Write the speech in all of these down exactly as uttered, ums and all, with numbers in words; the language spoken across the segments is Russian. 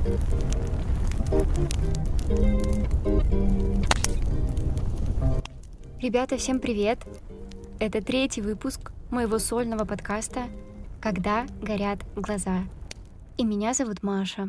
Ребята, всем привет! Это третий выпуск моего сольного подкаста «Когда горят глаза». И меня зовут Маша.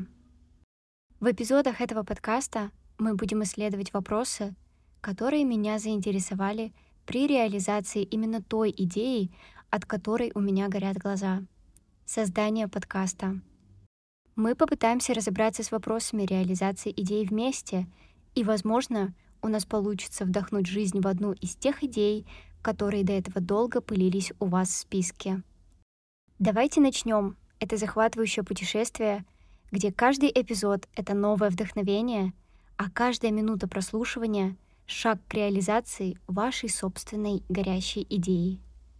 В эпизодах этого подкаста мы будем исследовать вопросы, которые меня заинтересовали при реализации именно той идеи, от которой у меня горят глаза — создание подкаста. Мы попытаемся разобраться с вопросами реализации идей вместе, и, возможно, у нас получится вдохнуть жизнь в одну из тех идей, которые до этого долго пылились у вас в списке. Давайте начнем это захватывающее путешествие, где каждый эпизод — это новое вдохновение, а каждая минута прослушивания — шаг к реализации вашей собственной горящей идеи.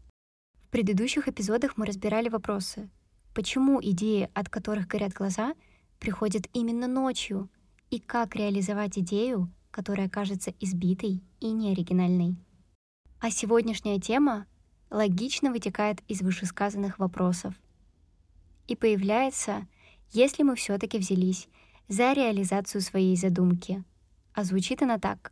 В предыдущих эпизодах мы разбирали вопросы, почему идеи, от которых горят глаза, приходят именно ночью, и как реализовать идею, которая кажется избитой и неоригинальной. А сегодняшняя тема логично вытекает из вышесказанных вопросов и появляется, если мы все-таки взялись за реализацию своей задумки. А звучит она так: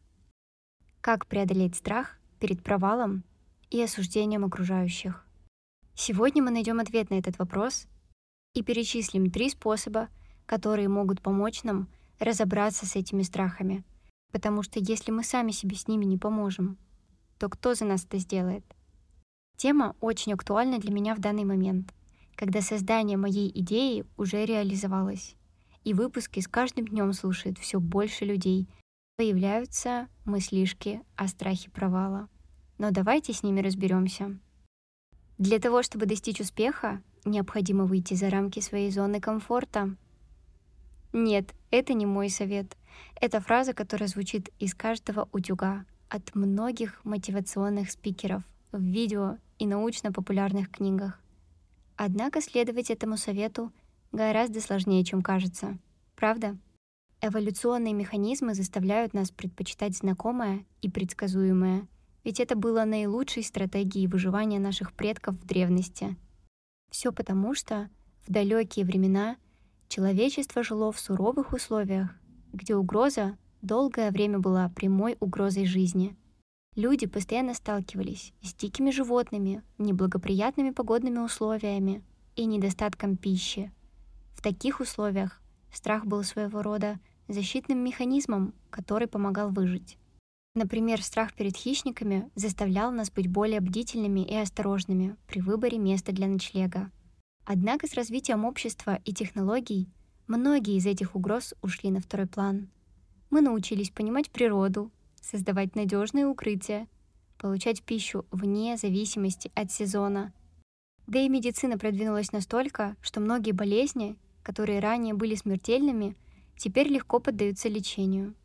как преодолеть страх перед провалом и осуждением окружающих? Сегодня мы найдем ответ на этот вопрос и перечислим три способа, которые могут помочь нам разобраться с этими страхами. Потому что если мы сами себе с ними не поможем, то кто за нас это сделает? Тема очень актуальна для меня в данный момент, когда создание моей идеи уже реализовалось, и выпуски с каждым днем слушает все больше людей. Появляются мыслишки о страхе провала. Но давайте с ними разберемся. Для того, чтобы достичь успеха, необходимо выйти за рамки своей зоны комфорта. Нет, это не мой совет. Это фраза, которая звучит из каждого утюга, от многих мотивационных спикеров в видео и научно-популярных книгах. Однако следовать этому совету гораздо сложнее, чем кажется. Правда? Эволюционные механизмы заставляют нас предпочитать знакомое и предсказуемое, ведь это было наилучшей стратегией выживания наших предков в древности. Все потому, что в далекие времена человечество жило в суровых условиях, где угроза долгое время была прямой угрозой жизни. Люди постоянно сталкивались с дикими животными, неблагоприятными погодными условиями и недостатком пищи. В таких условиях страх был своего рода защитным механизмом, который помогал выжить. Например, страх перед хищниками заставлял нас быть более бдительными и осторожными при выборе места для ночлега. Однако с развитием общества и технологий многие из этих угроз ушли на второй план. Мы научились понимать природу, создавать надежные укрытия, получать пищу вне зависимости от сезона. Да и медицина продвинулась настолько, что многие болезни, которые ранее были смертельными, теперь легко поддаются лечению.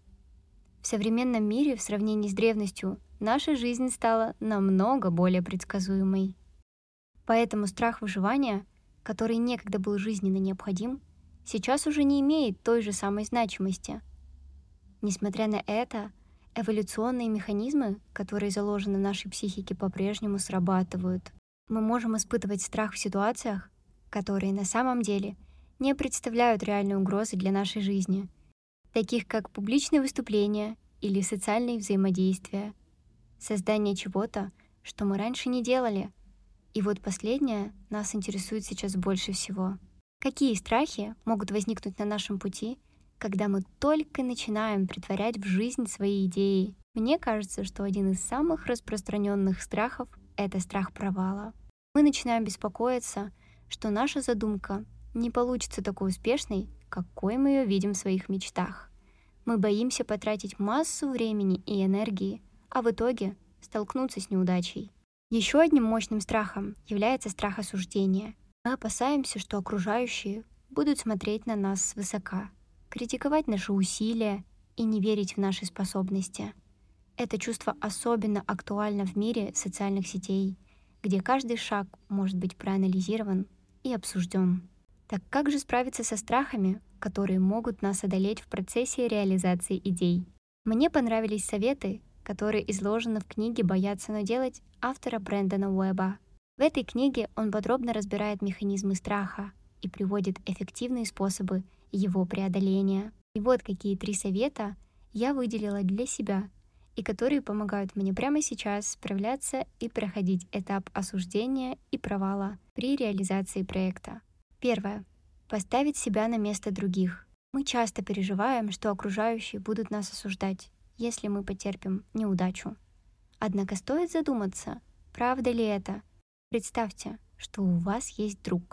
В современном мире, в сравнении с древностью, наша жизнь стала намного более предсказуемой. Поэтому страх выживания, который некогда был жизненно необходим, сейчас уже не имеет той же самой значимости. Несмотря на это, эволюционные механизмы, которые заложены в нашей психике, по-прежнему срабатывают. Мы можем испытывать страх в ситуациях, которые на самом деле не представляют реальной угрозы для нашей жизни, таких как публичные выступления или социальные взаимодействия, создание чего-то, что мы раньше не делали. И вот последнее нас интересует сейчас больше всего. Какие страхи могут возникнуть на нашем пути, когда мы только начинаем претворять в жизнь свои идеи? Мне кажется, что один из самых распространенных страхов — это страх провала. Мы начинаем беспокоиться, что наша задумка не получится такой успешной, какой мы ее видим в своих мечтах. Мы боимся потратить массу времени и энергии, а в итоге столкнуться с неудачей. Еще одним мощным страхом является страх осуждения. Мы опасаемся, что окружающие будут смотреть на нас свысока, критиковать наши усилия и не верить в наши способности. Это чувство особенно актуально в мире социальных сетей, где каждый шаг может быть проанализирован и обсужден. Так как же справиться со страхами, которые могут нас одолеть в процессе реализации идей? Мне понравились советы, которые изложены в книге «Бояться, но делать» автора Брэндона Уэба. В этой книге он подробно разбирает механизмы страха и приводит эффективные способы его преодоления. И вот какие три совета я выделила для себя, и которые помогают мне прямо сейчас справляться и проходить этап осуждения и провала при реализации проекта. Первое. Поставить себя на место других. Мы часто переживаем, что окружающие будут нас осуждать, если мы потерпим неудачу. Однако стоит задуматься, правда ли это? Представьте, что у вас есть друг,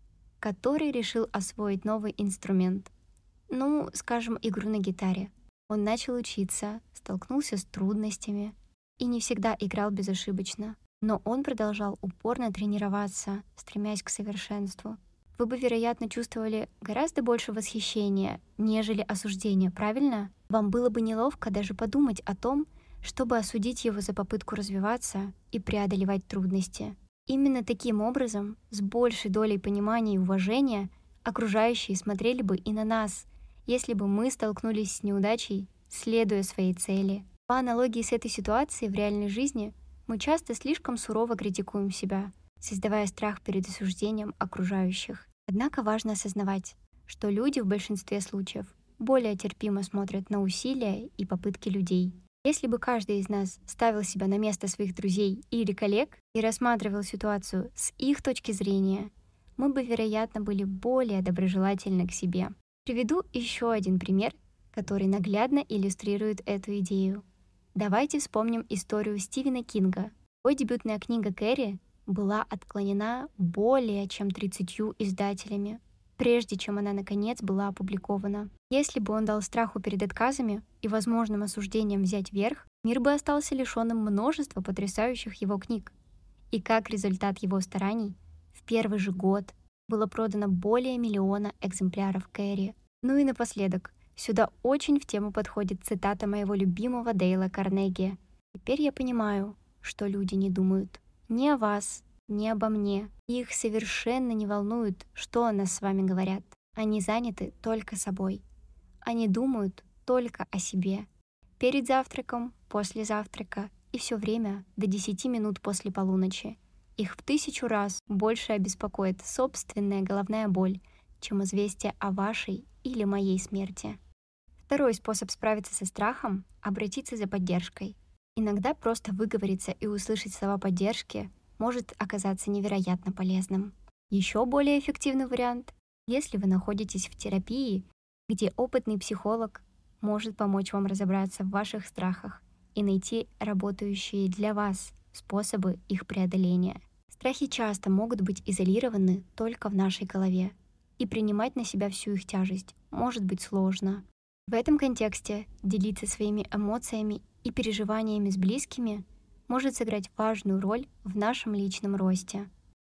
который решил освоить новый инструмент. Ну, скажем, игру на гитаре. Он начал учиться, столкнулся с трудностями и не всегда играл безошибочно. Но он продолжал упорно тренироваться, стремясь к совершенству. Вы бы, вероятно, чувствовали гораздо больше восхищения, нежели осуждения, правильно? Вам было бы неловко даже подумать о том, чтобы осудить его за попытку развиваться и преодолевать трудности. Именно таким образом, с большей долей понимания и уважения, окружающие смотрели бы и на нас, если бы мы столкнулись с неудачей, следуя своей цели. По аналогии с этой ситуацией в реальной жизни мы часто слишком сурово критикуем себя, создавая страх перед осуждением окружающих. Однако важно осознавать, что люди в большинстве случаев более терпимо смотрят на усилия и попытки людей. Если бы каждый из нас ставил себя на место своих друзей или коллег и рассматривал ситуацию с их точки зрения, мы бы, вероятно, были более доброжелательны к себе. Приведу еще один пример, который наглядно иллюстрирует эту идею. Давайте вспомним историю Стивена Кинга. Его дебютная книга «Кэрри» была отклонена более чем тридцатью издателями, прежде чем она, наконец, была опубликована. Если бы он дал страху перед отказами и возможным осуждением взять верх, мир бы остался лишенным множества потрясающих его книг. И как результат его стараний, в первый же год было продано более миллиона экземпляров Кэрри. Ну и напоследок, сюда очень в тему подходит цитата моего любимого Дейла Карнеги. «Теперь я понимаю, что люди не думают ни о вас, ни обо мне. Их совершенно не волнует, что о нас с вами говорят. Они заняты только собой. Они думают только о себе. Перед завтраком, после завтрака и все время до десяти минут после полуночи. Их в тысячу раз больше обеспокоит собственная головная боль, чем известие о вашей или моей смерти». Второй способ справиться со страхом — обратиться за поддержкой. Иногда просто выговориться и услышать слова поддержки может оказаться невероятно полезным. Еще более эффективный вариант — если вы находитесь в терапии, где опытный психолог может помочь вам разобраться в ваших страхах и найти работающие для вас способы их преодоления. Страхи часто могут быть изолированы только в нашей голове, и принимать на себя всю их тяжесть может быть сложно. В этом контексте делиться своими эмоциями и переживаниями с близкими может сыграть важную роль в нашем личном росте.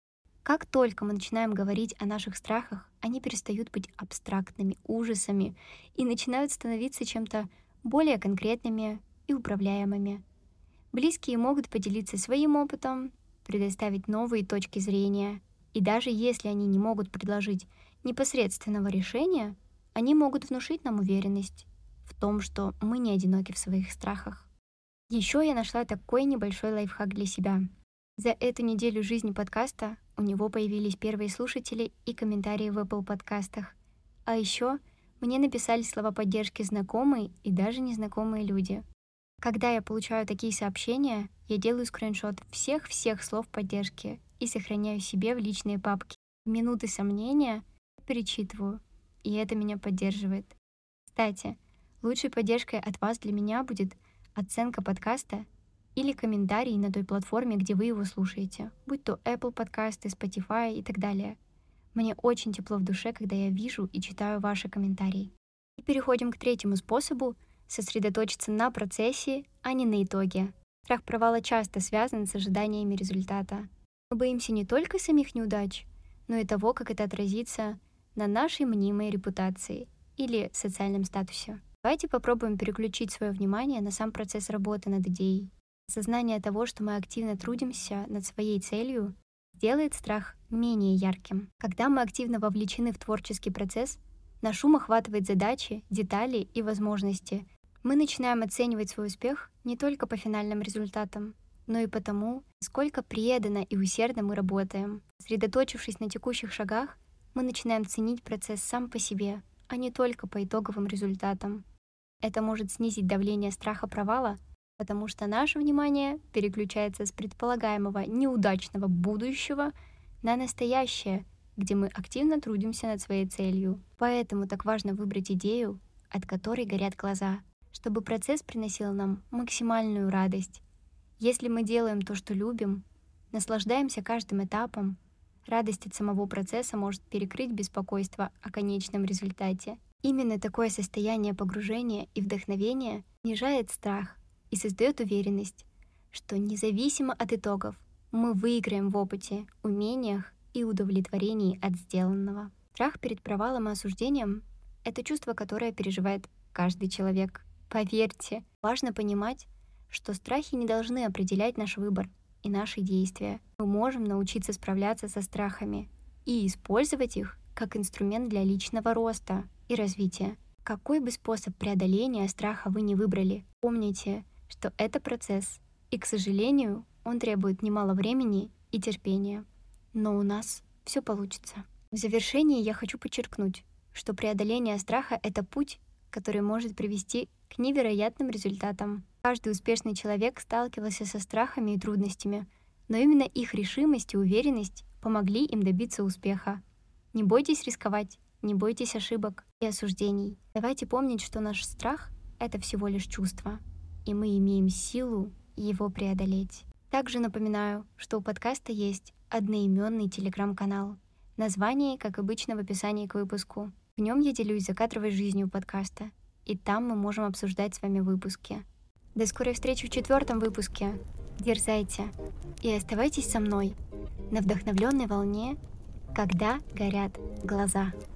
Как только мы начинаем говорить о наших страхах, они перестают быть абстрактными ужасами и начинают становиться чем-то более конкретными и управляемыми. Близкие могут поделиться своим опытом, предоставить новые точки зрения, и даже если они не могут предложить непосредственного решения, они могут внушить нам уверенность в том, что мы не одиноки в своих страхах. Еще я нашла такой небольшой лайфхак для себя. За эту неделю жизни подкаста у него появились первые слушатели и комментарии в Apple подкастах. А еще мне написали слова поддержки знакомые и даже незнакомые люди. Когда я получаю такие сообщения, я делаю скриншот всех-всех слов поддержки и сохраняю себе в личные папки. В минуты сомнения перечитываю, и это меня поддерживает. Кстати, лучшей поддержкой от вас для меня будет оценка подкаста или комментарий на той платформе, где вы его слушаете, будь то Apple подкасты, Spotify и так далее. Мне очень тепло в душе, когда я вижу и читаю ваши комментарии. И переходим к третьему способу — сосредоточиться на процессе, а не на итоге. Страх провала часто связан с ожиданиями результата. Мы боимся не только самих неудач, но и того, как это отразится на нашей мнимой репутации или социальном статусе. Давайте попробуем переключить свое внимание на сам процесс работы над идеей. Осознание того, что мы активно трудимся над своей целью, делает страх менее ярким. Когда мы активно вовлечены в творческий процесс, наш ум охватывает задачи, детали и возможности. Мы начинаем оценивать свой успех не только по финальным результатам, но и по тому, сколько преданно и усердно мы работаем. Сосредоточившись на текущих шагах, мы начинаем ценить процесс сам по себе, а не только по итоговым результатам. Это может снизить давление страха провала, потому что наше внимание переключается с предполагаемого неудачного будущего на настоящее, где мы активно трудимся над своей целью. Поэтому так важно выбрать идею, от которой горят глаза, чтобы процесс приносил нам максимальную радость. Если мы делаем то, что любим, наслаждаемся каждым этапом, радость от самого процесса может перекрыть беспокойство о конечном результате. Именно такое состояние погружения и вдохновения снижает страх и создает уверенность, что независимо от итогов мы выиграем в опыте, умениях и удовлетворении от сделанного. Страх перед провалом и осуждением — это чувство, которое переживает каждый человек. Поверьте, важно понимать, что страхи не должны определять наш выбор и наши действия. Мы можем научиться справляться со страхами и использовать их как инструмент для личного роста и развития. Какой бы способ преодоления страха вы не выбрали, помните, что это процесс, и, к сожалению, он требует немало времени и терпения. Но у нас все получится. В завершении я хочу подчеркнуть, что преодоление страха — это путь, который может привести к невероятным результатам. Каждый успешный человек сталкивался со страхами и трудностями, но именно их решимость и уверенность помогли им добиться успеха. Не бойтесь рисковать, не бойтесь ошибок и осуждений. Давайте помнить, что наш страх — это всего лишь чувство, и мы имеем силу его преодолеть. Также напоминаю, что у подкаста есть одноименный телеграм-канал. Название, как обычно, в описании к выпуску. В нем я делюсь закадровой жизнью подкаста, и там мы можем обсуждать с вами выпуски. До скорой встречи в четвертом выпуске. Дерзайте и оставайтесь со мной на вдохновленной волне, когда горят глаза.